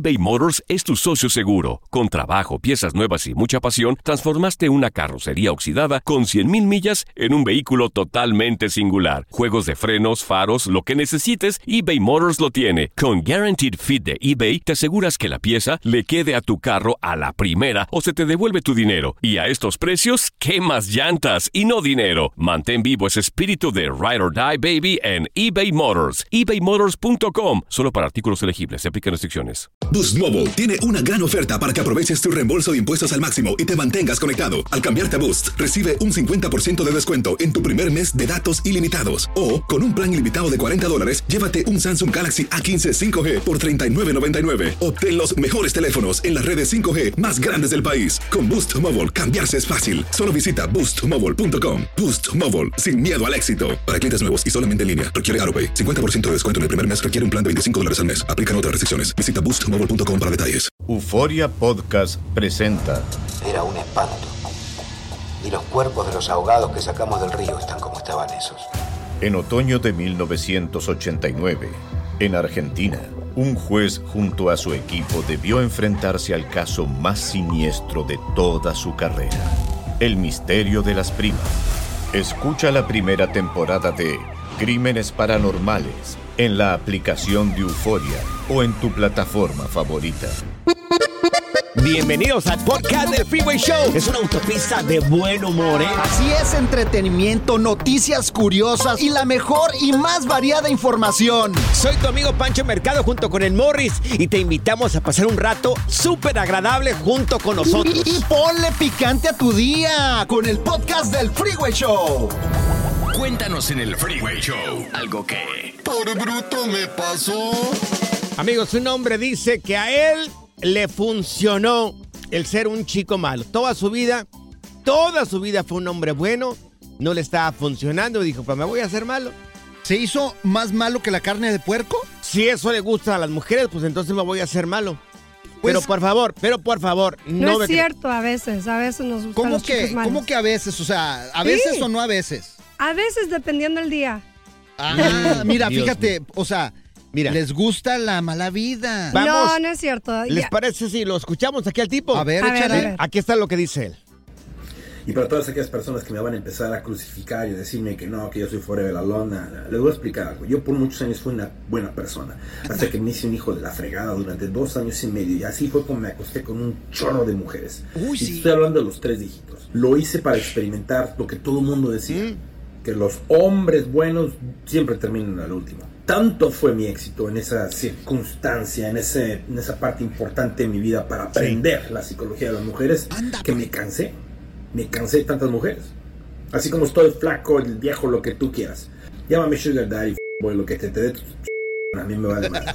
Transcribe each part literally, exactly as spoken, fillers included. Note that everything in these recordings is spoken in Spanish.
eBay Motors es tu socio seguro. Con trabajo, piezas nuevas y mucha pasión, transformaste una carrocería oxidada con cien mil millas en un vehículo totalmente singular. Juegos de frenos, faros, lo que necesites, eBay Motors lo tiene. Con Guaranteed Fit de eBay, te aseguras que la pieza le quede a tu carro a la primera o se te devuelve tu dinero. Y a estos precios, ¿qué más llantas y no dinero? Mantén vivo ese espíritu de Ride or Die, baby, en eBay Motors. ebay motors punto com. Solo para artículos elegibles. Se aplican restricciones. Boost Mobile tiene una gran oferta para que aproveches tu reembolso de impuestos al máximo y te mantengas conectado. Al cambiarte a Boost, recibe un cincuenta por ciento de descuento en tu primer mes de datos ilimitados. O, con un plan ilimitado de cuarenta dólares, llévate un Samsung Galaxy A quince cinco G por treinta y nueve noventa y nueve. Obtén los mejores teléfonos en las redes cinco G más grandes del país. Con Boost Mobile, cambiarse es fácil. Solo visita boost mobile punto com. Boost Mobile, sin miedo al éxito. Para clientes nuevos y solamente en línea, requiere AutoPay. cincuenta por ciento de descuento en el primer mes requiere un plan de veinticinco dólares al mes. Aplican otras restricciones. Visita boost mobile punto com para detalles. Euforia Podcast presenta. Era un espanto. Y los cuerpos de los ahogados que sacamos del río están como estaban esos. En otoño de mil novecientos ochenta y nueve, en Argentina, un juez junto a su equipo debió enfrentarse al caso más siniestro de toda su carrera: el misterio de las primas. Escucha la primera temporada de Crímenes Paranormales en la aplicación de Euforia o en tu plataforma favorita. Bienvenidos al podcast del Freeway Show. Es una autopista de buen humor, ¿eh? Así es, entretenimiento, noticias curiosas y la mejor y más variada información. Soy tu amigo Pancho Mercado junto con el Morris y te invitamos a pasar un rato súper agradable junto con nosotros. Y, y ponle picante a tu día con el podcast del Freeway Show. Cuéntanos en el Freeway Show algo que por bruto me pasó. Amigos, un hombre dice que a él le funcionó el ser un chico malo. Toda su vida, toda su vida fue un hombre bueno, no le estaba funcionando y dijo, pues me voy a hacer malo. ¿Se hizo más malo que la carne de puerco? Si eso le gusta a las mujeres, pues entonces me voy a hacer malo. Pues, pero por favor, pero por favor, no, no es me cierto, a veces, a veces nos gustan ¿Cómo los que, chicos malos. ¿Cómo que a veces? O sea, ¿a veces sí. o no a veces? A veces, dependiendo del día. Ah, mira, Dios fíjate, mío. o sea, mira, les gusta la mala vida. Vamos. No, no es cierto. ¿Les Ya. parece si lo escuchamos aquí al tipo? A ver, A ver, échale. a ver. Aquí está lo que dice él. Y para todas aquellas personas que me van a empezar a crucificar y decirme que no, que yo soy forever alone, les voy a explicar algo. Yo por muchos años fui una buena persona, hasta que me hice un hijo de la fregada durante dos años y medio, y así fue como me acosté con un chorro de mujeres. Uy, y sí. estoy hablando de los tres dígitos. Lo hice para experimentar lo que todo el mundo decía, mm. que los hombres buenos siempre terminan al último. Tanto fue mi éxito en esa circunstancia, en, ese, en esa parte importante de mi vida para aprender sí. la psicología de las mujeres, Anda, que me cansé. Me cansé de tantas mujeres. Así como estoy flaco, el viejo, lo que tú quieras. Llámame Sugar Daddy, boy, lo que te, te dé. A mí me vale más.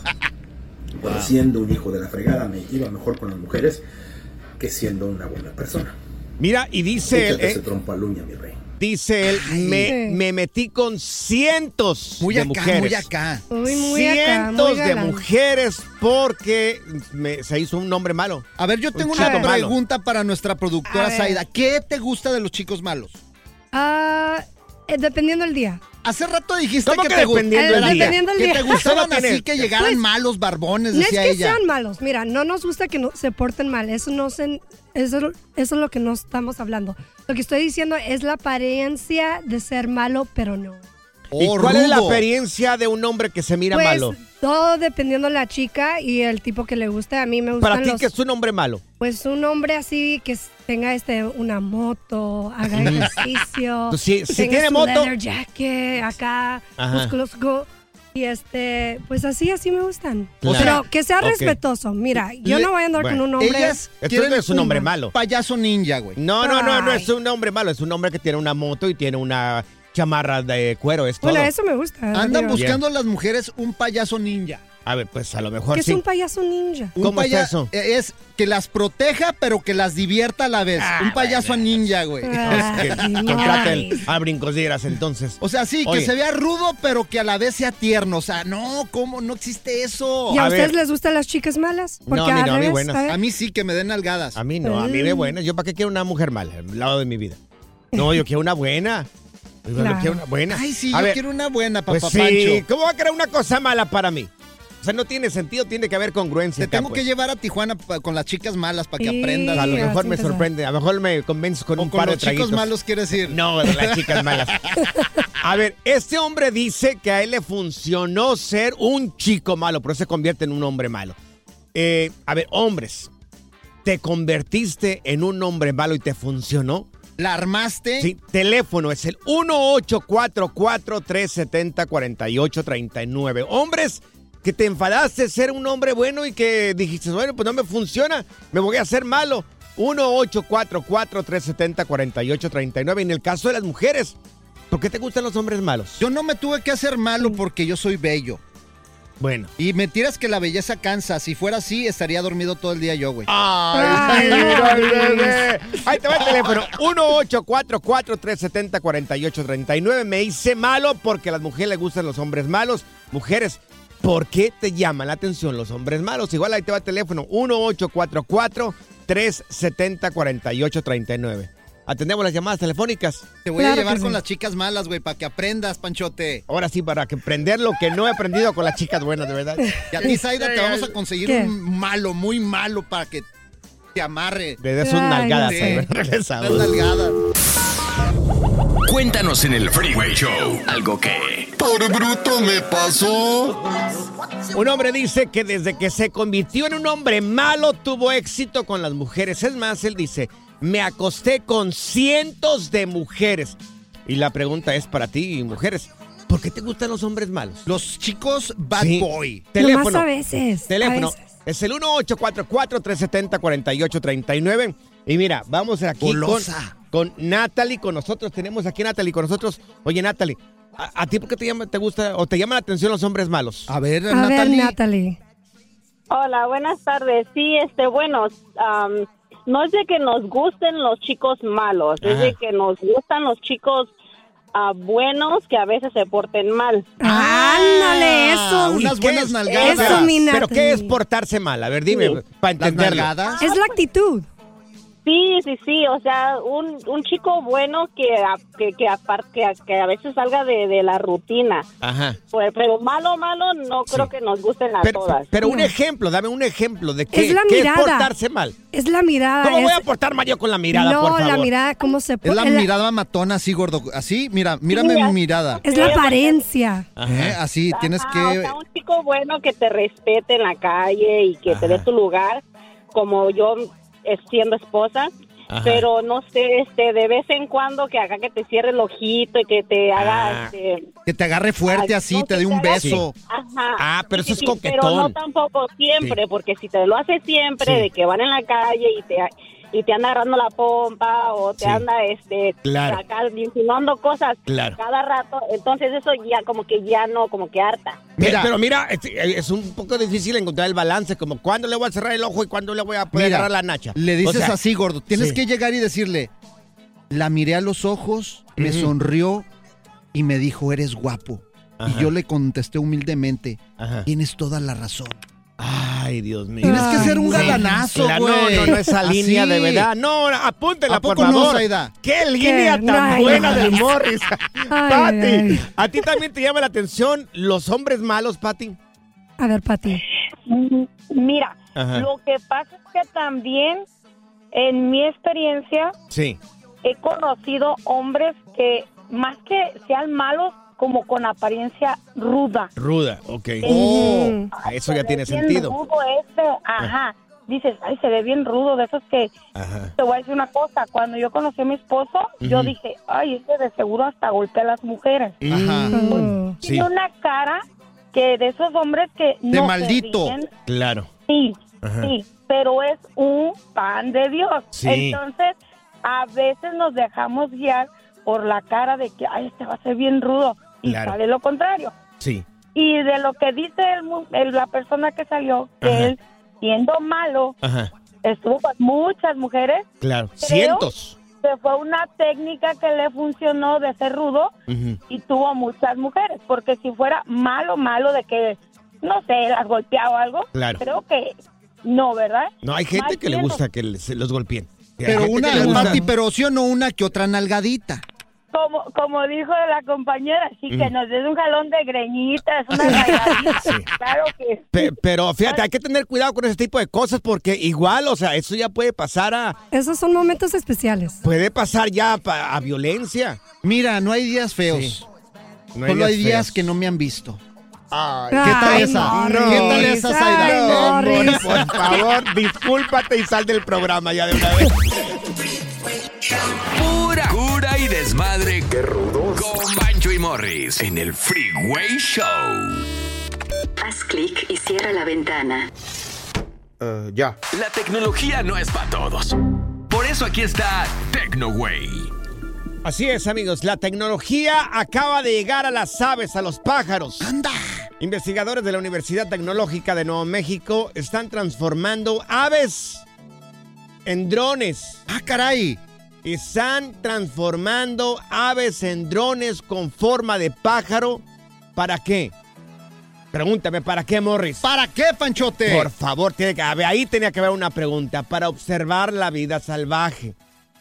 Cuando siendo un hijo de la fregada me iba mejor con las mujeres que siendo una buena persona. Mira, y dice él... Eh, ese trompo al uña, mi rey. Dice él, me, me metí con cientos muy de acá, mujeres. Muy acá, muy, muy Cientos acá, muy de mujeres porque me, se hizo un hombre malo. A ver, yo tengo un una malo. pregunta para nuestra productora Zaida. ¿Qué te gusta de los chicos malos? Ah, uh, dependiendo del día. Hace rato dijiste ¿Cómo que, que te, dependiendo eh, del día? dependiendo del que día. te gustaban así, tienes? que llegaran Pues, malos, barbones, no decía es que ella. sean malos. Mira, no nos gusta que no, se porten mal. Eso no se, eso, eso es lo que no estamos hablando. Lo que estoy diciendo es la apariencia de ser malo, pero no. ¿Y Oh, cuál rudo. es la experiencia de un hombre que se mira pues, malo? Todo dependiendo de la chica y el tipo que le guste. A mí me gustan Para ti, los... ¿qué es un hombre malo? Pues un hombre así que tenga este una moto, haga ejercicio. Si, si tenga tiene su moto... leather jacket acá, Ajá. musculoso. Y este, pues así, así me gustan. Claro. Pero que sea Okay. respetuoso. Mira, yo Le- no voy a andar bueno, con un hombre... Ellas Esto quieren no es un hombre malo. payaso ninja, güey. No, no, no, no Ay. es un hombre malo. Es un hombre que tiene una moto y tiene una chamarra de cuero. Es todo. Bueno, eso me gusta. Andan digo. buscando a las mujeres un payaso ninja. A ver, pues a lo mejor ¿Qué sí. es un payaso ninja? Un ¿Cómo paya- es eso? Es que las proteja, pero que las divierta a la vez. Ah, un payaso bueno. ninja, güey. Ah, Que ay. contraten a brincosieras entonces. O sea, sí, Oye. que se vea rudo, pero que a la vez sea tierno. O sea, no, ¿cómo? No existe eso. ¿Y a, A ustedes ver. les gustan las chicas malas? No, a mí al no, a mí revés, buenas. ver. A mí sí, que me den nalgadas. A mí no, a mí me buenas. ¿Yo para qué quiero una mujer mala al lado de mi vida? No, yo quiero una buena. Yo Claro. quiero una buena. Ay, sí, A yo ver, quiero una buena, papá pues sí, Pancho. ¿cómo va a querer una cosa mala para mí? O sea, no tiene sentido, tiene que haber congruencia. Te acá, tengo pues. que llevar a Tijuana pa- con las chicas malas para que Sí. aprendas. A lo Sí, mejor así me empezó. sorprende, a lo mejor me convences con O un con par de los chicos traguitos. malos, quieres decir. No, las chicas malas. A ver, este hombre dice que a él le funcionó ser un chico malo, pero se convierte en un hombre malo. Eh, a ver, hombres, ¿te convertiste en un hombre malo y te funcionó? ¿La armaste? Sí, teléfono es el uno ocho cuatro cuatro, tres siete cero, cuatro ocho tres nueve. Hombres, que te enfadaste de ser un hombre bueno y que dijiste, bueno, pues no me funciona, me voy a hacer malo. uno ocho cuatro cuatro, tres siete cero, cuatro ocho tres nueve. En el caso de las mujeres, ¿por qué te gustan los hombres malos? Yo no me tuve que hacer malo porque yo soy bello. Bueno. Y mentiras que la belleza cansa. Si fuera así, estaría dormido todo el día yo, güey. ¡Ay, mira el bebé! Ahí te va el teléfono. uno ocho cuatro cuatro, tres siete cero, cuatro ocho tres nueve. Me hice malo porque a las mujeres les gustan los hombres malos. Mujeres, ¿por qué te llaman la atención los hombres malos? Igual ahí te va el teléfono. uno ocho cuatro cuatro, tres siete cero, cuatro ocho tres nueve. Atendemos las llamadas telefónicas. Te voy Claro a llevar que con sí. las chicas malas, güey, para que aprendas, Panchote. Ahora sí, para que aprender lo que no he aprendido con las chicas buenas, de verdad. Y a ti, Zaida, te vamos a conseguir ¿Qué? un malo, muy malo, para que te amarre. Le des sus Ay, nalgadas. sí. ahí, regresamos. Unas nalgadas. Cuéntanos en el Freeway Show algo que... Por bruto me pasó. Un hombre dice que desde que se convirtió en un hombre malo tuvo éxito con las mujeres. Es más, él dice, me acosté con cientos de mujeres. Y la pregunta es para ti, mujeres, ¿por qué te gustan los hombres malos? Los chicos bad Sí. boy. Teléfono. Nomás a veces. Teléfono. a veces. Es el uno ocho cuatro cuatro, tres siete cero, cuatro ocho tres nueve. Y mira, vamos aquí con, Golosa. con Natalie, con nosotros. Tenemos aquí a Natalie con nosotros. Oye, Natalie, ¿a, a ti por qué te, llama, te gusta o te llaman la atención los hombres malos? A ver, A Natalie. ver, Natalie. Hola, buenas tardes. Sí, este, bueno, am, no es de que nos gusten los chicos malos, es Ajá. de que nos gustan los chicos ah, buenos que a veces se porten mal. Ándale, eso. unas ¿Qué buenas es? nalgadas. Eso, mi ¿Pero Natalie. qué es portarse mal? A ver, dime, Sí. para Las entenderlo. nalgadas. Es la actitud. Sí, sí, sí, o sea, un, un chico bueno que, a- que, que, apar- que, a- que a veces salga de, de la rutina. Ajá. Pues, pero malo, malo, no creo Sí. que nos gusten a Pero, todas. pero un No. ejemplo, dame un ejemplo de qué Es la qué es mirada. portarse mal. Es la mirada. ¿Cómo es- voy a portar mal yo con la mirada, no, por favor? la mirada, cómo se Es la es mirada matona, así, gordo. Así, mira, mírame Sí, mi es- mirada. Es la apariencia. ¿Eh? Así, tienes Ajá, que... o sea, un chico bueno que te respete en la calle y que Ajá. te dé tu lugar, como yo eh, siendo esposa. Ajá. Pero no sé, este, de vez en cuando que haga que te cierre el ojito y que te haga, Ah. este, Que te agarre fuerte ay, así, no, te que dé un haga- beso. Ajá. Ah, pero eso Sí, es sí, Pero coquetón. no tampoco siempre, Sí. porque si te lo hace siempre, Sí. de que van en la calle y te y te anda agarrando la pompa o te Sí. anda, este, Claro. acá insinuando cosas Claro. cada rato, entonces eso ya como que ya no, como que harta. Mira, Mira. pero mira, es, es un poco difícil encontrar el balance, como cuándo le voy a cerrar el ojo y cuándo le voy a poder Mira, agarrar la nacha. le dices O sea, así, gordo. Tienes sí. que llegar y decirle, la miré a los ojos, me Ujú. sonrió y me dijo, eres guapo. Ajá. Y yo le contesté humildemente, Ajá. tienes toda la razón. Ay, Dios mío. Tienes que ser un Sí. galanazo, Claro, güey. No, no, no, esa Así. línea de verdad. No, apúntela, ¿A poco por no, favor. Zaida? ¡Qué línea ¿Qué? tan Ay, buena ay. del Morris! Ay, Pati, ay. ¿a ti también te llama la atención los hombres malos, Pati? A ver, Pati. Mm, Mira, Ajá. lo que pasa es que también, en mi experiencia, Sí. he conocido hombres que, más que sean malos, como con apariencia ruda. Ruda, ok. Oh. Eso ya Se tiene ve bien sentido. rudo este, ajá. Dices, ay, se ve bien rudo, de esos que... Ajá. Te voy a decir una cosa, cuando yo conocí a mi esposo, yo Ujú. dije, ay, este de seguro hasta golpea a las mujeres. Ajá. Mm. Sí, Tiene una cara que de esos hombres que De no maldito. se ríen. claro. Sí, Ajá. sí, pero es un pan de Dios. Sí. Entonces, a veces nos dejamos guiar por la cara de que, ay, este va a ser bien rudo. Y Claro. sale lo contrario. Sí. Y de lo que dice el mu- el- la persona que salió, que Ajá. él, siendo malo, Ajá. estuvo con muchas mujeres, Claro. Creo- Cientos. que fue una técnica que le funcionó de ser rudo Ujú. y tuvo muchas mujeres. Porque si fuera malo, malo de que, no sé, las golpeaba o algo, Claro. creo que no, ¿verdad? No, hay gente Más que le bien, gusta que les- los golpeen. Hay Pero gente una, que le gusta- Pati, pero sí o no una que otra nalgadita. como, como dijo la compañera, sí, que mm. nos des un jalón de greñitas, una rayadita. Sí. Claro que Pe- Pero fíjate, hay que tener cuidado con ese tipo de cosas porque igual, o sea, eso ya puede pasar a... Esos son momentos especiales. Puede pasar ya a, a violencia. Mira, no hay días feos. Sí. No hay Solo días hay días feos. que no me han visto. Ay, ¿Qué tal ay, esa? No, ¿Qué tal esa, Zaida? No, no, por favor, discúlpate y sal del programa ya de una vez. Pura cura y desmadre. ¡Qué rudos! Con Pancho y Morris en el Freeway Show. Haz clic y cierra la ventana. Uh, ya. La tecnología no es para todos. Por eso aquí está TecnoWay. Así es, amigos. La tecnología acaba de llegar a las aves, a los pájaros. ¡Anda! Investigadores de la Universidad Tecnológica de Nuevo México están transformando aves en drones. ¡Ah, caray! Están transformando aves en drones con forma de pájaro. ¿Para qué? Pregúntame, ¿para qué, Morris? ¿Para qué, Panchote? Por favor, tiene que haber, ahí tenía que haber una pregunta. Para observar la vida salvaje.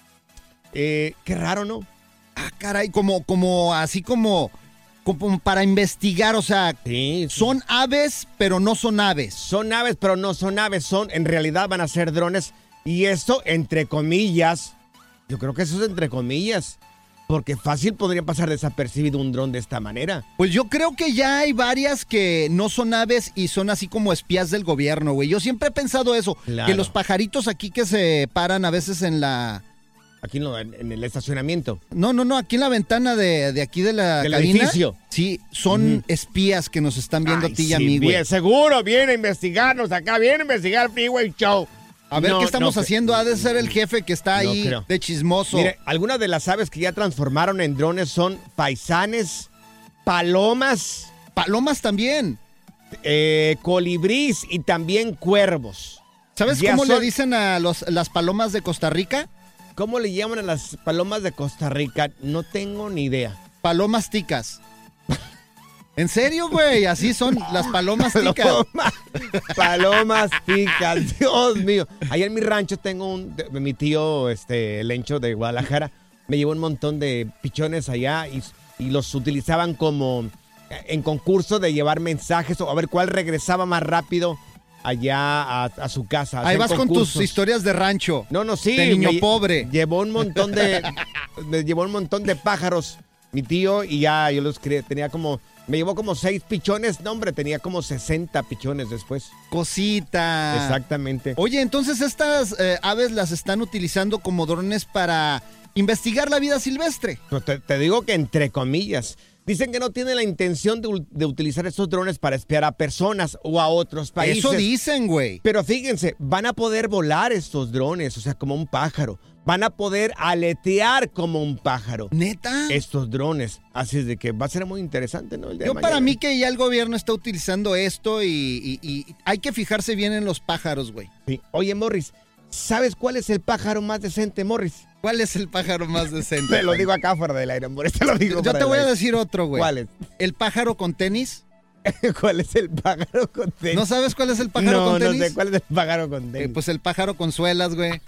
Eh, qué raro, ¿no? Ah, caray, como, como, así como, como para investigar, o sea, sí, sí. Son aves, pero no son aves. Son aves, pero no son aves, son, en realidad van a ser drones. Y esto, entre comillas, yo creo que eso es entre comillas, porque fácil podría pasar desapercibido un dron de esta manera. Pues yo creo que ya hay varias que no son aves y son así como espías del gobierno, güey. Yo siempre he pensado eso, claro. Que los pajaritos aquí que se paran a veces en la... Aquí en, en el estacionamiento. No, no, no, aquí en la ventana de, de aquí de la Del cabina, edificio. Sí, son uh-huh. espías que nos están viendo. Ay, a ti y a sí, mí, güey. Bien, seguro, viene a investigarnos acá, viene a investigar el Freeway Show. A ver no, qué estamos no, haciendo, ha de ser el jefe que está no ahí creo. de chismoso. Mire, algunas de las aves que ya transformaron en drones son faisanes, palomas. Palomas también. Eh, colibrís y también cuervos. ¿Sabes ya cómo son... le dicen a los, las palomas de Costa Rica? ¿Cómo le llaman a las palomas de Costa Rica? No tengo ni idea. Palomas ticas. ¿En serio, güey? Así son las palomas ticas. Paloma, palomas ticas, Dios mío. Allá en mi rancho tengo un... De, mi tío, este, Lencho de Guadalajara, me llevó un montón de pichones allá y, y los utilizaban como en concurso de llevar mensajes o a ver cuál regresaba más rápido allá a, a su casa. Ahí vas concursos. Con tus historias de rancho. No, no, sí. De niño me, pobre. Llevó un montón de... me llevó un montón de pájaros, mi tío, y ya yo los creé. Tenía como... Me llevó como seis pichones. No, hombre, tenía como sesenta pichones después. Cosita. Exactamente. Oye, entonces estas eh, aves las están utilizando como drones para investigar la vida silvestre. Pues te, te digo que entre comillas. Dicen que no tienen la intención de, de utilizar estos drones para espiar a personas o a otros países. Eso dicen, güey. Pero fíjense, van a poder volar estos drones, o sea, como un pájaro. Van a poder aletear como un pájaro. ¿Neta? Estos drones. Así es de que va a ser muy interesante, ¿no? El día Yo de mañana. Para mí que ya el gobierno está utilizando esto y, y, y hay que fijarse bien en los pájaros, güey. Sí. Oye, Morris, ¿sabes cuál es el pájaro más decente, Morris? ¿Cuál es el pájaro más decente? Te lo digo acá fuera del aire, Morris. Te lo digo. Yo te voy aire. a decir otro, güey. ¿Cuál es? ¿El pájaro con tenis? ¿Cuál es el pájaro con tenis? ¿No sabes cuál es el pájaro no, con tenis? No sé cuál es el pájaro con tenis. Eh, pues el pájaro con suelas, güey.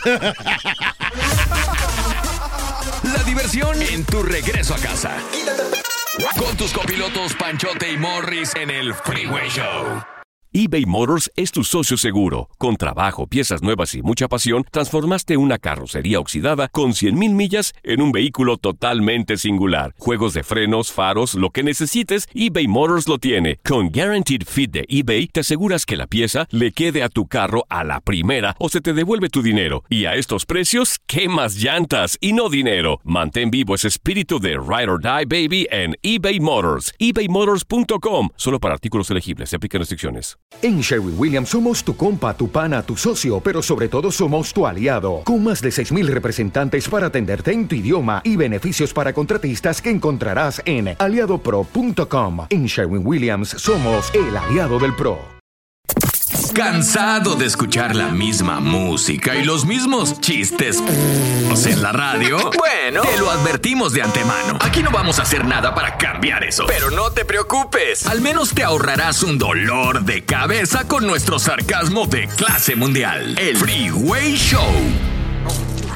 La diversión en tu regreso a casa. Con tus copilotos Panchote y Morris en el Freeway Show. eBay Motors es tu socio seguro. Con trabajo, piezas nuevas y mucha pasión, transformaste una carrocería oxidada con cien mil millas en un vehículo totalmente singular. Juegos de frenos, faros, lo que necesites, eBay Motors lo tiene. Con Guaranteed Fit de eBay, te aseguras que la pieza le quede a tu carro a la primera o se te devuelve tu dinero. Y a estos precios, ¿qué más llantas y no dinero? Mantén vivo ese espíritu de Ride or Die, baby, en eBay Motors. ebay motors punto com. Solo para artículos elegibles. Se aplican restricciones. En Sherwin-Williams somos tu compa, tu pana, tu socio, pero sobre todo somos tu aliado. Con más de seis mil representantes para atenderte en tu idioma y beneficios para contratistas que encontrarás en aliado pro punto com. En Sherwin-Williams somos el aliado del pro. ¿Cansado de escuchar la misma música y los mismos chistes en la radio? Bueno, te lo advertimos de antemano. Aquí no vamos a hacer nada para cambiar eso. Pero no te preocupes. Al menos te ahorrarás un dolor de cabeza con nuestro sarcasmo de clase mundial. El Freeway Show.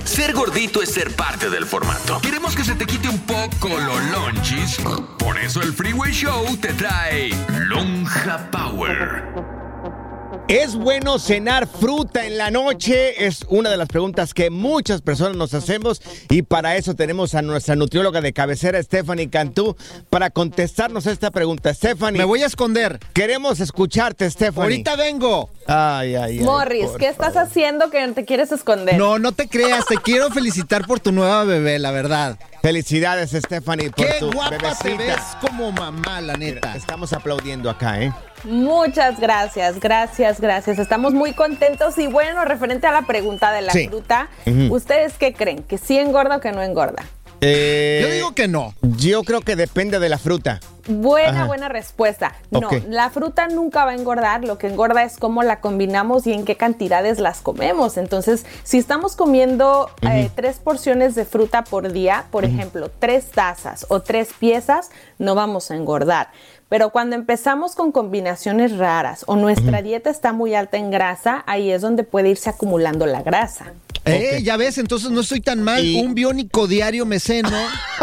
ser gordito es ser parte del formato. Queremos que se te quite un poco los lonchis. Por eso el Freeway Show te trae Lonja Power. ¿Es bueno cenar fruta en la noche? Es una de las preguntas que muchas personas nos hacemos y para eso tenemos a nuestra nutrióloga de cabecera, Stephanie Cantú, para contestarnos esta pregunta. Stephanie. Me voy a esconder. Queremos escucharte, Stephanie. Ahorita vengo. Ay, ay, ay. Morris, ¿qué estás favor. haciendo que te quieres esconder? No, no te creas. Te quiero felicitar por tu nueva bebé, la verdad. Felicidades, Stephanie, por Qué tu guapa bebecita. te ves como mamá, la neta. Estamos aplaudiendo acá, ¿eh? Muchas gracias, gracias, gracias. Estamos muy contentos y bueno, referente a la pregunta de la sí. fruta, uh-huh. ¿ustedes qué creen? ¿Que sí engorda o que no engorda? Eh, yo digo que no. Yo creo que depende de la fruta. Buena, Ajá. buena respuesta. No, okay. la fruta nunca va a engordar. Lo que engorda es cómo la combinamos y en qué cantidades las comemos. Entonces, si estamos comiendo uh-huh. eh, tres porciones de fruta por día, por uh-huh. ejemplo, tres tazas o tres piezas, no vamos a engordar. Pero cuando empezamos con combinaciones raras o nuestra uh-huh. dieta está muy alta en grasa, ahí es donde puede irse acumulando la grasa. Eh, okay. Ya ves, entonces no estoy tan mal. ¿Y? Un biónico diario meceno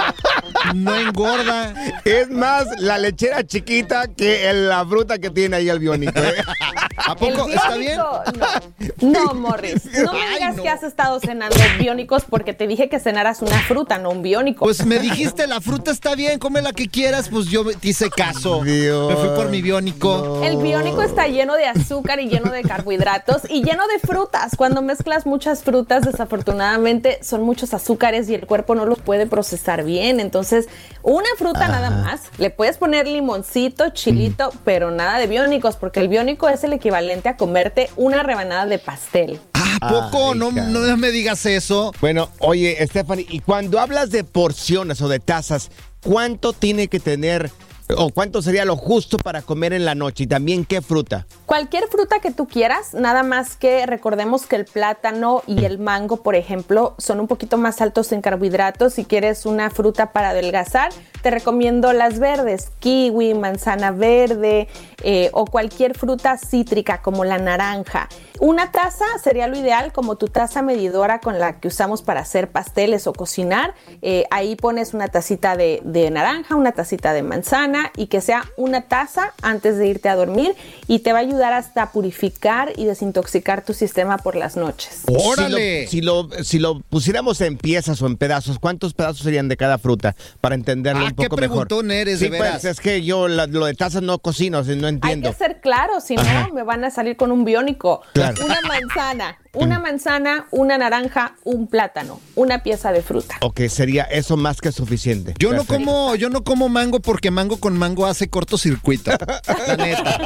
no engorda. Es más la lechera chiquita que la fruta que tiene ahí el biónico, ¿eh? ¿A poco biónico, está bien? No, no Morris. No me digas Ay, no. que has estado cenando biónicos porque te dije que cenaras una fruta, no un biónico. Pues me dijiste, la fruta está bien, come la que quieras, pues yo te hice caso. Dios, me fui por mi biónico. No. El biónico está lleno de azúcar y lleno de carbohidratos y lleno de frutas. Cuando mezclas muchas frutas, desafortunadamente son muchos azúcares y el cuerpo no los puede procesar bien. Entonces, una fruta ah. nada más. Le puedes poner limoncito, chilito, mm. pero nada de biónicos, porque el biónico es el equivalente a comerte una rebanada de pastel. ¿A poco? Ay, no, no me digas eso. Bueno, oye, Stephanie, y cuando hablas de porciones o de tazas, ¿cuánto tiene que tener o cuánto sería lo justo para comer en la noche? Y también, ¿qué fruta? Cualquier fruta que tú quieras, nada más que recordemos que el plátano y el mango, por ejemplo, son un poquito más altos en carbohidratos. Si quieres una fruta para adelgazar, te recomiendo las verdes, kiwi, manzana verde eh, o cualquier fruta cítrica como la naranja. Una taza sería lo ideal, como tu taza medidora con la que usamos para hacer pasteles o cocinar. Eh, ahí pones una tacita de, de naranja, una tacita de manzana y que sea una taza antes de irte a dormir y te va a ayudar hasta purificar y desintoxicar tu sistema por las noches. ¡Órale! Si lo, si lo, si lo pusiéramos en piezas o en pedazos, ¿cuántos pedazos serían de cada fruta? Para entenderlo ah, un poco mejor. ¿Qué preguntón eres, sí, de veras? Pues, es que yo la, lo de tazas no cocino, no entiendo. Hay que ser claro, si Ajá. no me van a salir con un biónico. Claro. Una manzana, una manzana, una naranja, un plátano, una pieza de fruta. Ok, sería eso más que suficiente. Yo Perfecto. no como, yo no como mango porque mango con mango hace cortocircuito. La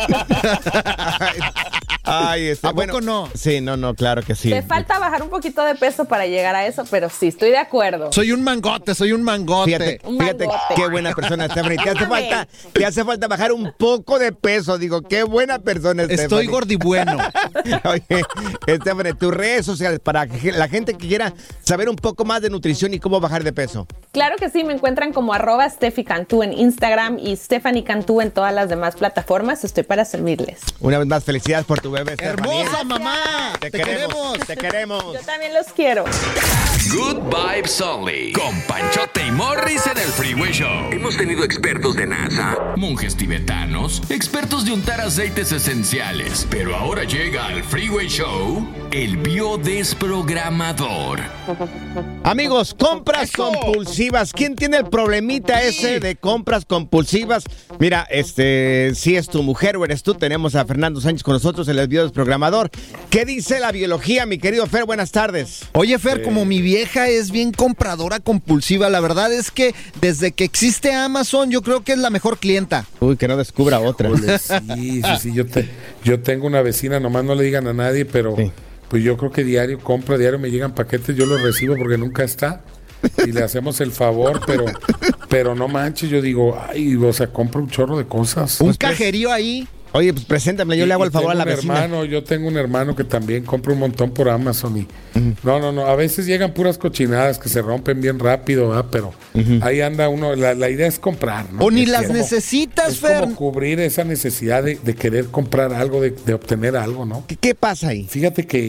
neta. Ay, este, ¿A bueno, poco no? Sí, no, no, claro que sí. Te falta bajar un poquito de peso para llegar a eso, pero sí, estoy de acuerdo. Soy un mangote, soy un mangote. Fíjate, un fíjate mangote. Qué buena persona, Stephanie. Te hace falta, te hace falta bajar un poco de peso. Digo, qué buena persona, Stephanie. Estoy gordibueno. Oye, Stephanie, tus redes sociales para la gente que quiera saber un poco más de nutrición y cómo bajar de peso. Claro que sí, me encuentran como arroba Steffi Cantú en Instagram y Stephanie Cantú en todas las demás plataformas. Estoy para servirles. Una vez más, felicidades por tu bebé, Stephanie. ¡Hermosa, mamá! Te, te queremos, queremos, te queremos. Yo también los quiero. Good Vibes Only, con Panchote y Morris en el Freeway Show. Hemos tenido expertos de NASA, monjes tibetanos, expertos de untar aceites esenciales, pero ahora llega al Freeway Show el biodesprogramador. Amigos, compras Eso. compulsivas. ¿Quién tiene el problemita sí. ese de compras compulsivas? Mira, este, si es tu mujer o eres tú, tenemos a Fernando Sánchez con nosotros, el biodesprogramador. ¿Qué dice la biología, mi querido Fer? Buenas tardes. Oye, Fer, eh. como mi vieja es bien compradora compulsiva, la verdad es que desde que existe Amazon, yo creo que es la mejor clienta. Uy, que no descubra otra. Ole, sí, sí, sí, yo, te, yo tengo una vecina, nomás no le digan a nadie, pero... Sí. Pues yo creo que diario compra, diario me llegan paquetes, yo los recibo porque nunca está y le hacemos el favor, pero pero no manches, yo digo, ay, o sea, compra un chorro de cosas. Un cajerío ahí. Oye, pues preséntame, yo y, le hago el favor a la vecina. Hermano, yo tengo un hermano que también compra un montón por Amazon y uh-huh. no, no, no, a veces llegan puras cochinadas que se rompen bien rápido, ¿verdad? Pero uh-huh. ahí anda uno, la, la idea es comprar, ¿no? O ni es las como, necesitas, es Fer. como cubrir esa necesidad de, de querer comprar algo, de, de obtener algo, ¿no? ¿Qué, qué pasa ahí? Fíjate que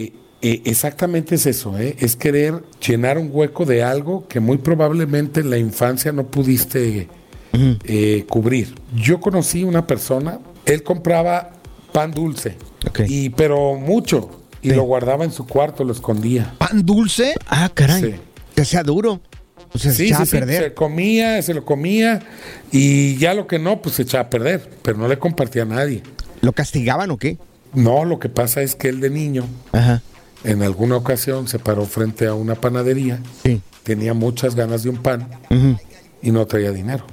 eh, exactamente es eso, ¿eh? Es querer llenar un hueco de algo que muy probablemente en la infancia no pudiste uh-huh. eh, cubrir. Yo conocí una persona, él compraba pan dulce, okay. y pero mucho, y sí. lo guardaba en su cuarto, lo escondía. ¿Pan dulce? Ah, caray. Sí. Que sea duro. O sea, sí, se echaba sí, a perder. Sí, se comía, se lo comía, y ya lo que no, pues se echaba a perder, pero no le compartía a nadie. ¿Lo castigaban o qué? No, lo que pasa es que él de niño, Ajá. en alguna ocasión se paró frente a una panadería, sí. tenía muchas ganas de un pan, uh-huh. y no traía dinero.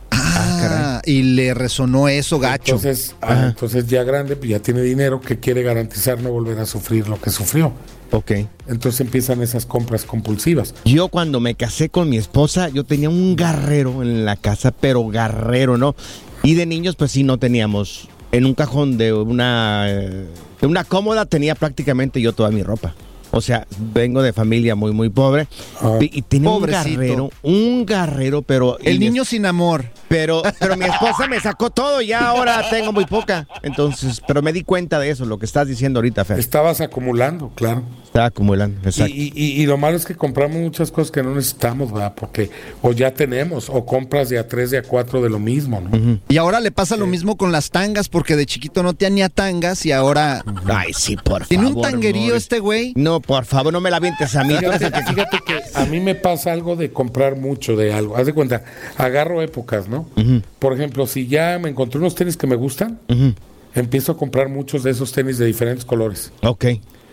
Ah, y le resonó eso gacho. Entonces, ah, entonces ya grande, pues ya tiene dinero, que quiere garantizar no volver a sufrir lo que sufrió. Ok. Entonces empiezan esas compras compulsivas. Yo cuando me casé con mi esposa, yo tenía un garrero en la casa, pero garrero, ¿no? Y de niños, pues sí, no teníamos. En un cajón de una, de una cómoda tenía prácticamente yo toda mi ropa. O sea, vengo de familia muy, muy pobre. Ah, y tenía pobrecito. un garrero, un garrero, pero... El niño sin amor. Pero, pero mi esposa me sacó todo y ya ahora tengo muy poca. Entonces, pero me di cuenta de eso, lo que estás diciendo ahorita, Fer. Estabas acumulando, claro. Estaba acumulando, exacto. Y, y, y lo malo es que compramos muchas cosas que no necesitamos, ¿verdad? Porque o ya tenemos, o compras de a tres, de a cuatro de lo mismo, ¿no? Uh-huh. Y ahora le pasa sí. lo mismo con las tangas, porque de chiquito no tenía tangas y ahora... Uh-huh. Ay, sí, por ¿Tiene favor. ¿Tiene un tanguerío Morris. este güey? No, por favor, no me la avientes a mí. Fíjate, fíjate que a mí me pasa algo de comprar mucho de algo. Haz de cuenta, agarro épocas, ¿no? Uh-huh. Por ejemplo, si ya me encontré unos tenis que me gustan, uh-huh. empiezo a comprar muchos de esos tenis de diferentes colores. Ok.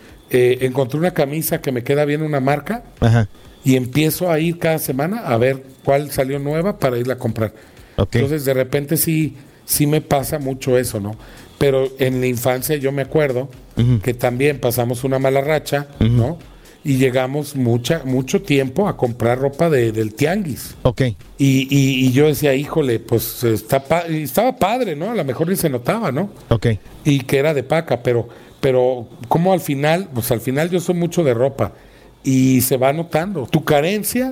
Eh, encontré una camisa que me queda bien, una marca, uh-huh. y empiezo a ir cada semana a ver cuál salió nueva para irla a comprar. Okay. Entonces, de repente sí, sí me pasa mucho eso, ¿no? Pero en la infancia yo me acuerdo uh-huh. que también pasamos una mala racha, uh-huh. ¿no? Y llegamos mucha, mucho tiempo a comprar ropa de, del tianguis. Ok. Y, y, y yo decía, híjole, pues está pa- estaba padre, ¿no? A lo mejor ni se notaba, ¿no? Ok. Y que era de paca, pero, pero como al final, pues al final yo soy mucho de ropa y se va notando. Tu carencia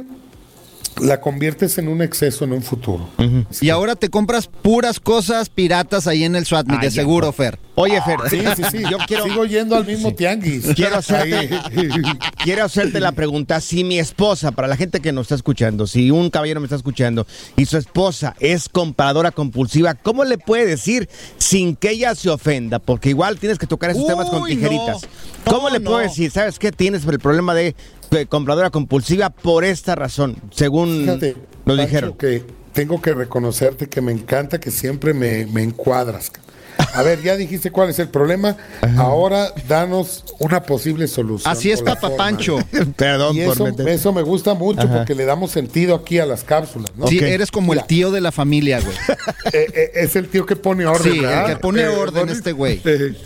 la conviertes en un exceso en un futuro. Uh-huh. Sí. Y ahora te compras puras cosas piratas ahí en el SWATMI, de seguro, Fer. Oye, Fer, sí, sí, sí. Yo quiero... sigo yendo al mismo sí. tianguis. Quiero hacerte, quiero hacerte la pregunta, si mi esposa, para la gente que nos está escuchando, si un caballero me está escuchando y su esposa es compradora compulsiva, ¿cómo le puede decir sin que ella se ofenda? Porque igual tienes que tocar esos Uy, temas con tijeritas. No. ¿Cómo no, le puedo no. decir? ¿Sabes qué? Tienes el problema de compradora compulsiva por esta razón, según Fíjate, nos Pancho, dijeron. Que tengo que reconocerte que me encanta que siempre me, me encuadras. A ver, ya dijiste cuál es el problema. Ajá. Ahora danos una posible solución. Así es, Papá Pancho. Perdón y eso, por meter... eso me gusta mucho Ajá. porque le damos sentido aquí a las cápsulas, ¿no? Sí, okay. eres como Mira. el tío de la familia, güey. eh, eh, es el tío que pone orden, Sí, ¿verdad? el que pone eh, orden este güey.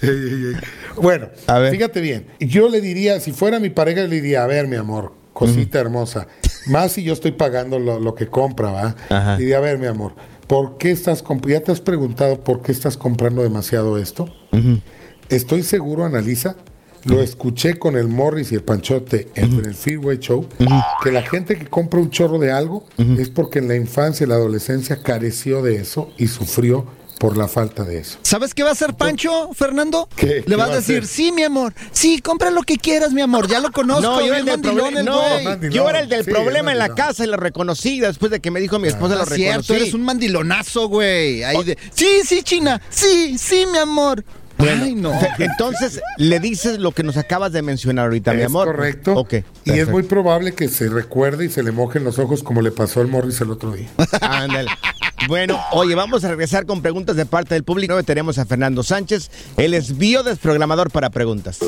Bueno, fíjate bien. Yo le diría, si fuera mi pareja, le diría, a ver, mi amor, cosita uh-huh. hermosa, más si yo estoy pagando lo, lo que compra, ¿va? Ajá. Le diría, a ver, mi amor, ¿por qué estás comp- ¿ya te has preguntado por qué estás comprando demasiado esto? Uh-huh. Estoy seguro, Analiza, lo uh-huh. escuché con el Morris y el Panchote en uh-huh. el Freeway Show, uh-huh. que la gente que compra un chorro de algo uh-huh. es porque en la infancia y la adolescencia careció de eso y sufrió por la falta de eso. ¿Sabes qué va a hacer Pancho, Fernando? ¿Qué? Le vas ¿Qué a decir, sí, mi amor, sí, compra lo que quieras, mi amor, ya lo conozco. No, yo, el del proble- no, mandilón, yo era el del sí, problema el en la casa y lo reconocí después de que me dijo mi esposa, ah, lo reconocí. Cierto, eres un mandilonazo, güey. Ahí de, sí, sí, China, sí, sí, mi amor. Bueno, Ay, no. Entonces, le dices lo que nos acabas de mencionar ahorita, es mi amor. Correcto. Okay, y es muy probable que se recuerde y se le mojen los ojos como le pasó al Morris el otro día. Ándale. Bueno, oye, vamos a regresar con preguntas de parte del público. Hoy tenemos a Fernando Sánchez, él es biodesprogramador para preguntas.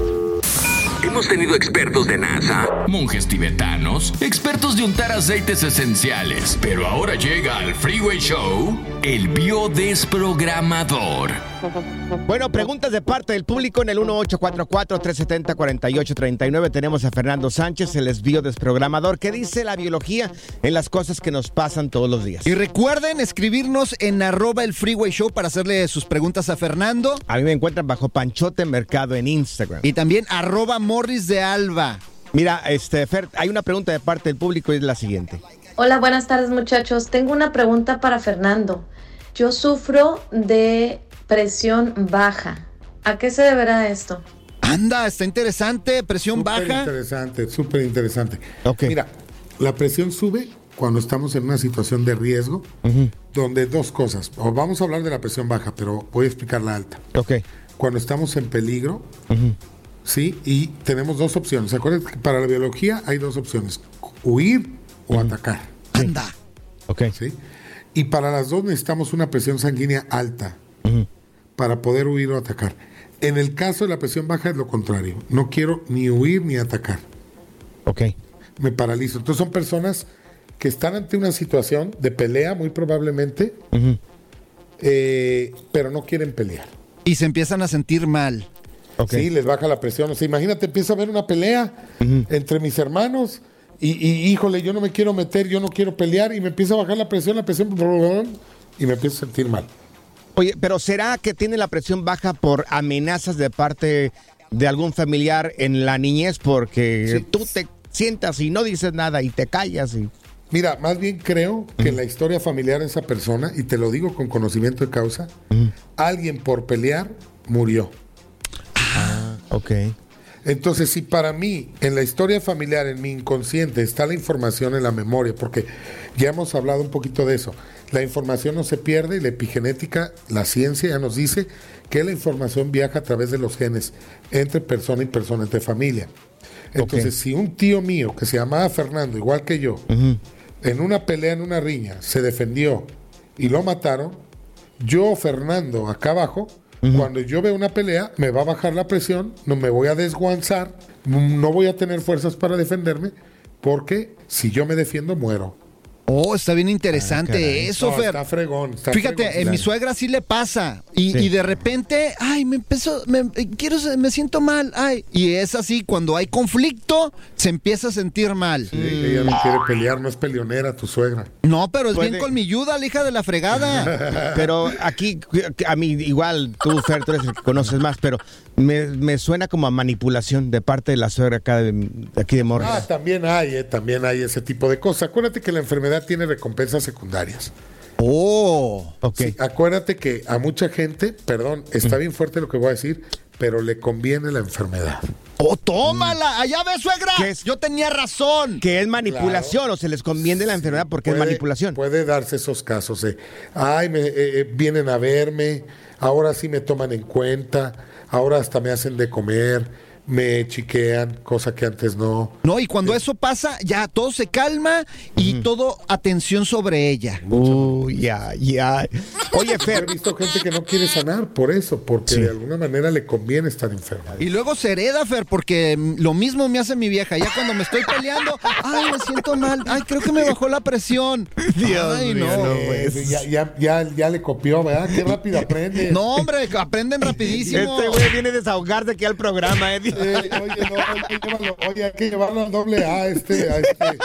Hemos tenido expertos de NASA, monjes tibetanos, expertos de untar aceites esenciales. Pero ahora llega al Freeway Show el biodesprogramador. Bueno, preguntas de parte del público en el uno ocho cuatro cuatro, tres siete cero, cuatro ocho tres nueve. Tenemos a Fernando Sánchez, el es biodesprogramador. ¿Qué dice la biología en las cosas que nos pasan todos los días? Y recuerden escribirnos en arroba el Freeway Show para hacerle sus preguntas a Fernando. A mí me encuentran bajo Panchote Mercado en Instagram. Y también arroba Morris de Alba. Mira, este Fer, hay una pregunta de parte del público y es la siguiente. Hola, buenas tardes, muchachos. Tengo una pregunta para Fernando. Yo sufro de presión baja. ¿A qué se deberá esto? Anda, está interesante, presión Súper baja. interesante, súper interesante. Okay. Mira, la presión sube cuando estamos en una situación de riesgo, uh-huh. donde dos cosas, o vamos a hablar de la presión baja, pero voy a explicar la alta. Okay. Cuando estamos en peligro, uh-huh. sí, y tenemos dos opciones. Acuérdense que para la biología hay dos opciones, huir o uh-huh. atacar. Anda. Okay. ¿Sí? Y para las dos necesitamos una presión sanguínea alta uh-huh. para poder huir o atacar. En el caso de la presión baja es lo contrario. No quiero ni huir ni atacar. Ok. Me paralizo. Entonces son personas que están ante una situación de pelea, muy probablemente, uh-huh. eh, pero no quieren pelear. Y se empiezan a sentir mal. Okay. Sí, les baja la presión. O sea, imagínate, empieza a haber una pelea uh-huh. entre mis hermanos y, y, híjole, yo no me quiero meter, yo no quiero pelear, y me empieza a bajar la presión, la presión, y me empiezo a sentir mal. Oye, pero ¿será que tiene la presión baja por amenazas de parte de algún familiar en la niñez? Porque sí. tú te sientas y no dices nada y te callas. Y... Mira, más bien creo que uh-huh. en la historia familiar de esa persona, y te lo digo con conocimiento de causa, uh-huh. alguien por pelear murió. Ah, ok. Entonces, si para mí, en la historia familiar, en mi inconsciente, está la información en la memoria, porque ya hemos hablado un poquito de eso, la información no se pierde y la epigenética, la ciencia ya nos dice que la información viaja a través de los genes entre persona y persona, entre familia. Entonces, okay. si un tío mío que se llamaba Fernando, igual que yo, uh-huh. en una pelea, en una riña, se defendió y lo mataron, yo, Fernando, acá abajo, uh-huh. cuando yo veo una pelea, me va a bajar la presión, no me voy a desguanzar, no voy a tener fuerzas para defenderme, porque si yo me defiendo, muero. Oh, está bien interesante ah, eso, no, Fer. Está fregón. Está Fíjate, fregón, en claro. mi suegra sí le pasa. Y, sí. y de repente, ay, me empezó, me, quiero, me siento mal. Ay, y es así, cuando hay conflicto, se empieza a sentir mal. Sí, mm. ella no quiere pelear, no es peleonera tu suegra. No, pero es Puede. bien colmilluda, la hija de la fregada. Pero aquí, a mí, igual, tú, Fer, tú eres el que conoces más, pero me, me suena como a manipulación de parte de la suegra acá de, de aquí de Morgan. Ah, también hay, eh, también hay ese tipo de cosas. Acuérdate que la enfermedad tiene recompensas secundarias. Oh, ok. Sí, acuérdate que a mucha gente, perdón, está bien fuerte lo que voy a decir, pero le conviene la enfermedad. ¡Oh, tómala! ¡Allá ves, suegra! Es, Yo tenía razón. Que es manipulación, claro. o se les conviene sí, la enfermedad porque puede, es manipulación. Puede darse esos casos de, ay, me, eh, vienen a verme, ahora sí me toman en cuenta, ahora hasta me hacen de comer, me chiquean, cosa que antes no. No, y cuando sí. eso pasa, ya todo se calma y uh-huh. todo atención sobre ella. Uy, ya, ya. Oye, Fer. He visto gente que no quiere sanar por eso, porque sí. de alguna manera le conviene estar enferma. Y luego se hereda, Fer, porque lo mismo me hace mi vieja. Ya cuando me estoy peleando, ay, me siento mal, ay, creo que me bajó la presión. Dios ay, mío, no. no pues. ya, ya, ya, ya le copió, ¿verdad? Qué rápido aprende. No, hombre, aprenden rapidísimo. Este güey viene a desahogarse aquí al programa, eh. Eh, oye, no, hay que llevarlo, oye, hay que llevarlo al doble A, este, a este.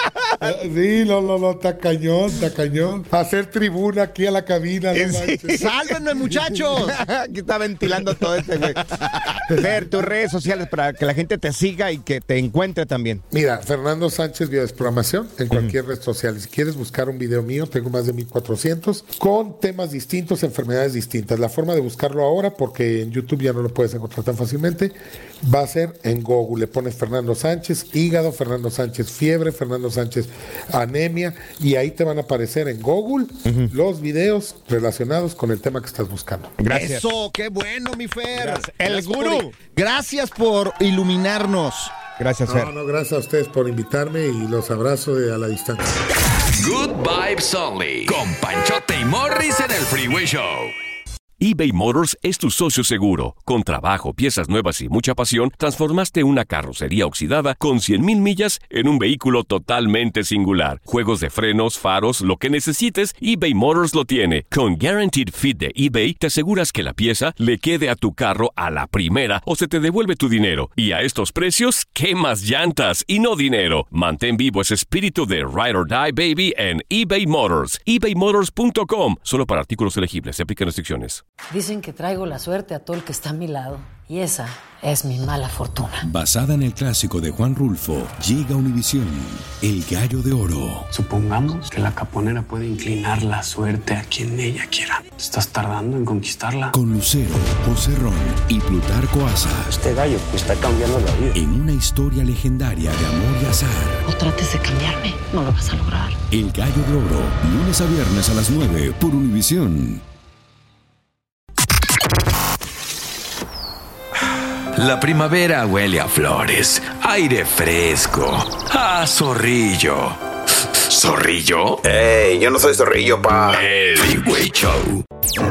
Sí, no, no, no, está cañón, está cañón. Hacer tribuna aquí a la cabina. No sí. ¡Sálvenme, muchachos! Aquí está ventilando todo este, güey. Fer, tus redes sociales para que la gente te siga y que te encuentre también. Mira, Fernando Sánchez Biodesprogramación en cualquier uh-huh. red social. Si quieres buscar un video mío, tengo más de mil cuatrocientos con temas distintos, enfermedades distintas. La forma de buscarlo ahora, porque en YouTube ya no lo puedes encontrar tan fácilmente, va a ser en Google. Le pones Fernando Sánchez hígado, Fernando Sánchez fiebre, Fernando Sánchez anemia, y ahí te van a aparecer en Google uh-huh. los videos relacionados con el tema que estás buscando. Gracias. Eso, qué bueno, mi Fer. Gracias. El gracias gurú. Por, gracias por iluminarnos. Gracias, Fer. No, no, gracias a ustedes por invitarme y los abrazo de a la distancia. Good Vibes Only, con Panchote y Morris en el Freeway Show. eBay Motors es tu socio seguro. Con trabajo, piezas nuevas y mucha pasión, transformaste una carrocería oxidada con cien mil millas en un vehículo totalmente singular. Juegos de frenos, faros, lo que necesites, eBay Motors lo tiene. Con Guaranteed Fit de eBay, te aseguras que la pieza le quede a tu carro a la primera o se te devuelve tu dinero. Y a estos precios, ¿qué más llantas y no dinero? Mantén vivo ese espíritu de Ride or Die, baby, en eBay Motors. ebay motors punto com. Solo para artículos elegibles. Se aplican restricciones. Dicen que traigo la suerte a todo el que está a mi lado. Y esa es mi mala fortuna. Basada en el clásico de Juan Rulfo, llega Univisión, El Gallo de Oro. Supongamos que la caponera puede inclinar la suerte a quien ella quiera. ¿Estás tardando en conquistarla? Con Lucero, José Ron y Plutarco Asa. Este gallo me está cambiando la vida. En una historia legendaria de amor y azar. No trates de cambiarme, no lo vas a lograr. El Gallo de Oro, lunes a viernes a las nueve por Univisión. La primavera huele a flores, aire fresco, a zorrillo. ¿Zorrillo? ¡Ey! Yo no soy zorrillo, pa. El Freeway Show.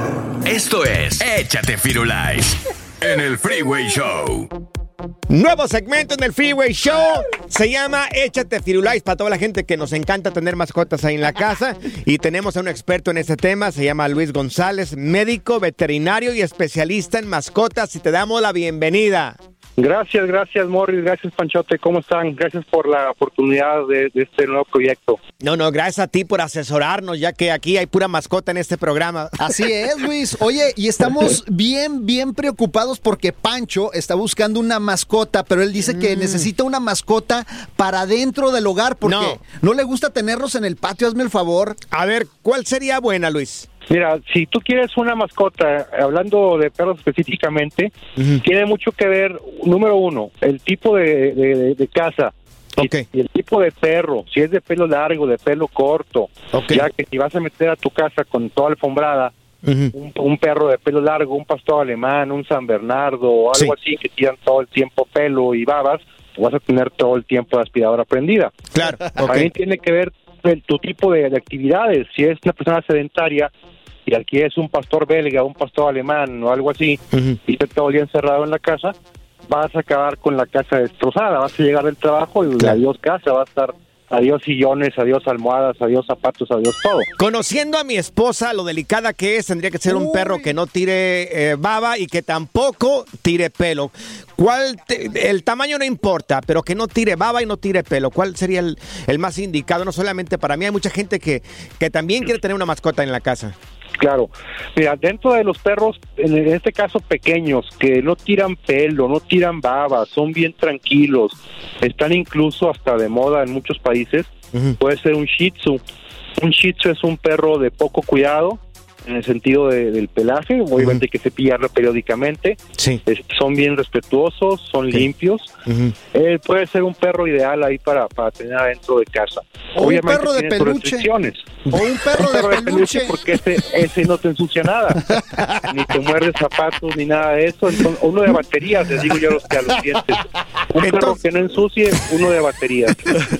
Esto es Échate Firulais en el Freeway Show. Nuevo segmento en el Freeway Show. Se llama Échate Firulais, para toda la gente que nos encanta tener mascotas ahí en la casa. Y tenemos a un experto en este tema. Se llama Luis González, médico, veterinario y especialista en mascotas. Y te damos la bienvenida. Gracias, gracias Morris, gracias Panchote, ¿cómo están? Gracias por la oportunidad de, de este nuevo proyecto. No, no, gracias a ti por asesorarnos, ya que aquí hay pura mascota en este programa. Así es, Luis. Oye, y estamos bien, bien preocupados porque Pancho está buscando una mascota, pero él dice que mm. necesita una mascota para dentro del hogar porque no. no le gusta tenerlos en el patio, hazme el favor. A ver, ¿cuál sería buena, Luis? Mira, si tú quieres una mascota, hablando de perros específicamente, uh-huh. tiene mucho que ver, número uno, el tipo de, de, de casa. Okay. Y el tipo de perro, si es de pelo largo, de pelo corto, okay. ya que si vas a meter a tu casa con toda alfombrada, uh-huh. un, un perro de pelo largo, un pastor alemán, un San Bernardo o algo sí. así que tiran todo el tiempo pelo y babas, vas a tener todo el tiempo la aspiradora prendida. Claro. Okay. También tiene que ver el, tu tipo de, de actividades, si es una persona sedentaria, y aquí es un pastor belga, un pastor alemán o algo así, uh-huh. y te todo el día encerrado en la casa, vas a acabar con la casa destrozada, vas a llegar del trabajo y claro. adiós casa, va a estar adiós sillones, adiós almohadas, adiós zapatos, adiós todo. Conociendo a mi esposa, lo delicada que es, tendría que ser Uy. un perro que no tire eh, baba y que tampoco tire pelo. ¿Cuál te, el tamaño no importa, pero que no tire baba y no tire pelo? ¿Cuál sería el, el más indicado? No solamente para mí, hay mucha gente que, que también quiere tener una mascota en la casa. Claro, mira, dentro de los perros, en este caso pequeños, que no tiran pelo, no tiran baba, son bien tranquilos, están incluso hasta de moda en muchos países, uh-huh. puede ser un Shih Tzu. Un Shih Tzu es un perro de poco cuidado, en el sentido de, del pelaje, obviamente uh-huh. hay que cepillarlo periódicamente, sí. es, son bien respetuosos, son sí. limpios, uh-huh. eh, puede ser un perro ideal ahí para, para tener adentro de casa. O obviamente un perro de peluche. O un perro, un perro de, de peluche. Porque ese, ese no te ensucia nada, ni te muerde zapatos, ni nada de eso. Entonces, uno de baterías, les digo yo a los, a los clientes. Un Entonces, perro que no ensucie, uno de baterías.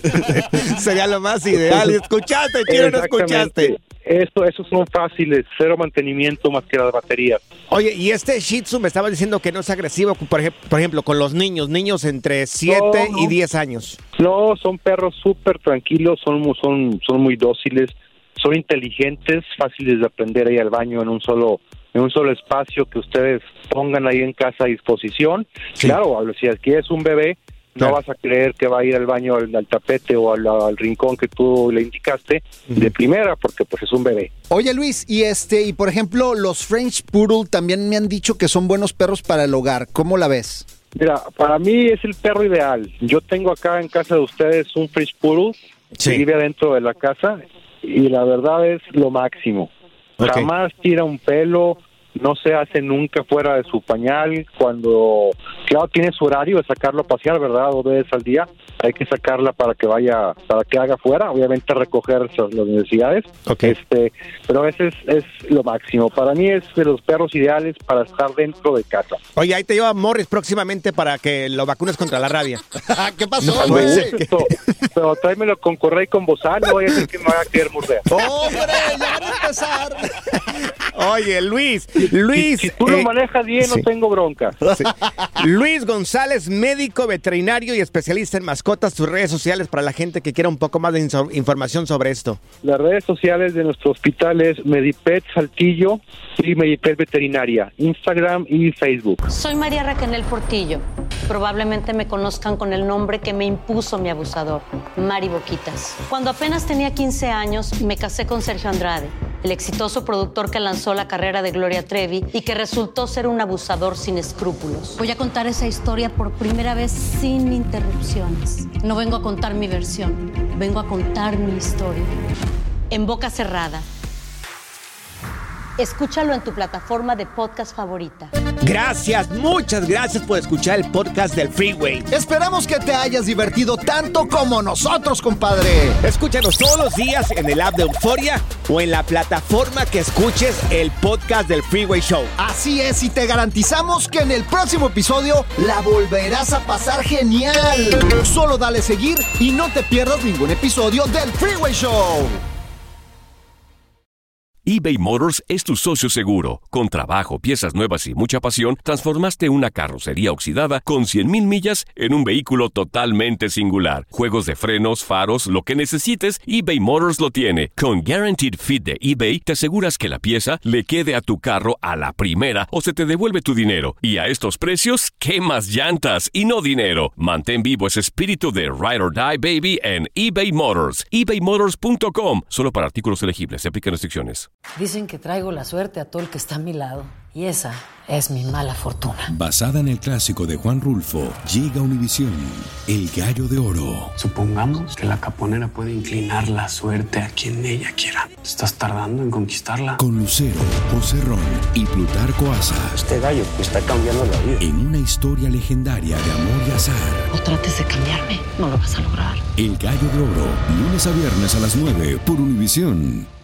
Sería lo más ideal. ¿Escuchaste, tío? ¿No escuchaste? Esto, esos son fáciles, cero mantenimiento más que las baterías. Oye, y este Shih Tzu me estaba diciendo que no es agresivo, por ejemplo, por ejemplo con los niños, niños entre siete no, no. y diez años. No, son perros súper tranquilos, son, son, son muy dóciles, son inteligentes, fáciles de aprender ahí al baño en un solo en un solo espacio que ustedes pongan ahí en casa a disposición. Sí. Claro, si aquí es un bebé, no claro. vas a creer que va a ir al baño al, al tapete o al, al rincón que tú le indicaste uh-huh. de primera, porque pues es un bebé. Oye Luis, y este, y por ejemplo, los French Poodle también me han dicho que son buenos perros para el hogar. ¿Cómo la ves? Mira, para mí es el perro ideal. Yo tengo acá en casa de ustedes un French Poodle sí. que vive adentro de la casa y la verdad es lo máximo. Okay. Jamás tira un pelo, no se hace nunca fuera de su pañal. Cuando, claro, tiene su horario de sacarlo a pasear, ¿verdad? Dos veces al día. Hay que sacarla para que vaya, para que haga fuera, obviamente recoger las necesidades. Okay. Este, pero ese es, es lo máximo. Para mí es de los perros ideales para estar dentro de casa. Oye, ahí te lleva Morris próximamente para que lo vacunes contra la rabia. ¿Qué pasó? No, no, esto, pero tráemelo con correa y con bozal, no voy a decir que me vaya a querer morder. ¡Hombre, ya van a empezar! Oye, Luis, Luis. Si, si tú eh, lo manejas bien, sí. no tengo bronca. Sí. Luis González, médico, veterinario y especialista en mascotas. Tus redes sociales para la gente que quiera un poco más de inso- información sobre esto. Las redes sociales de nuestro hospital es Medipet Saltillo y Medipet Veterinaria, Instagram y Facebook. Soy María Raquel Portillo. Probablemente me conozcan con el nombre que me impuso mi abusador, Mari Boquitas. Cuando apenas tenía quince años, me casé con Sergio Andrade. el exitoso productor que lanzó la carrera de Gloria Trevi y que resultó ser un abusador sin escrúpulos. Voy a contar esa historia por primera vez sin interrupciones. No vengo a contar mi versión, vengo a contar mi historia. En boca cerrada. Escúchalo en tu plataforma de podcast favorita. Gracias, muchas gracias por escuchar el podcast del Freeway. Esperamos que te hayas divertido tanto como nosotros, compadre. Escúchanos todos los días en el app de Euforia o en la plataforma que escuches el podcast del Freeway Show. Así es, y te garantizamos que en el próximo episodio la volverás a pasar genial. Solo dale seguir y no te pierdas ningún episodio del Freeway Show. eBay Motors es tu socio seguro. Con trabajo, piezas nuevas y mucha pasión, transformaste una carrocería oxidada con cien mil millas en un vehículo totalmente singular. Juegos de frenos, faros, lo que necesites, eBay Motors lo tiene. Con Guaranteed Fit de eBay, te aseguras que la pieza le quede a tu carro a la primera o se te devuelve tu dinero. Y a estos precios, ¿qué más llantas y no dinero? Mantén vivo ese espíritu de Ride or Die, baby, en eBay Motors. ebay motors punto com. Solo para artículos elegibles. Se aplican restricciones. Dicen que traigo la suerte a todo el que está a mi lado. Y esa es mi mala fortuna. Basada en el clásico de Juan Rulfo, llega Univisión, El Gallo de Oro. Supongamos que la caponera puede inclinar la suerte a quien ella quiera. ¿Estás tardando en conquistarla? Con Lucero, José Ron y Plutarco Asa. Este gallo me está cambiando la vida. En una historia legendaria de amor y azar. No trates de cambiarme, no lo vas a lograr. El Gallo de Oro, lunes a viernes a las nueve por Univisión.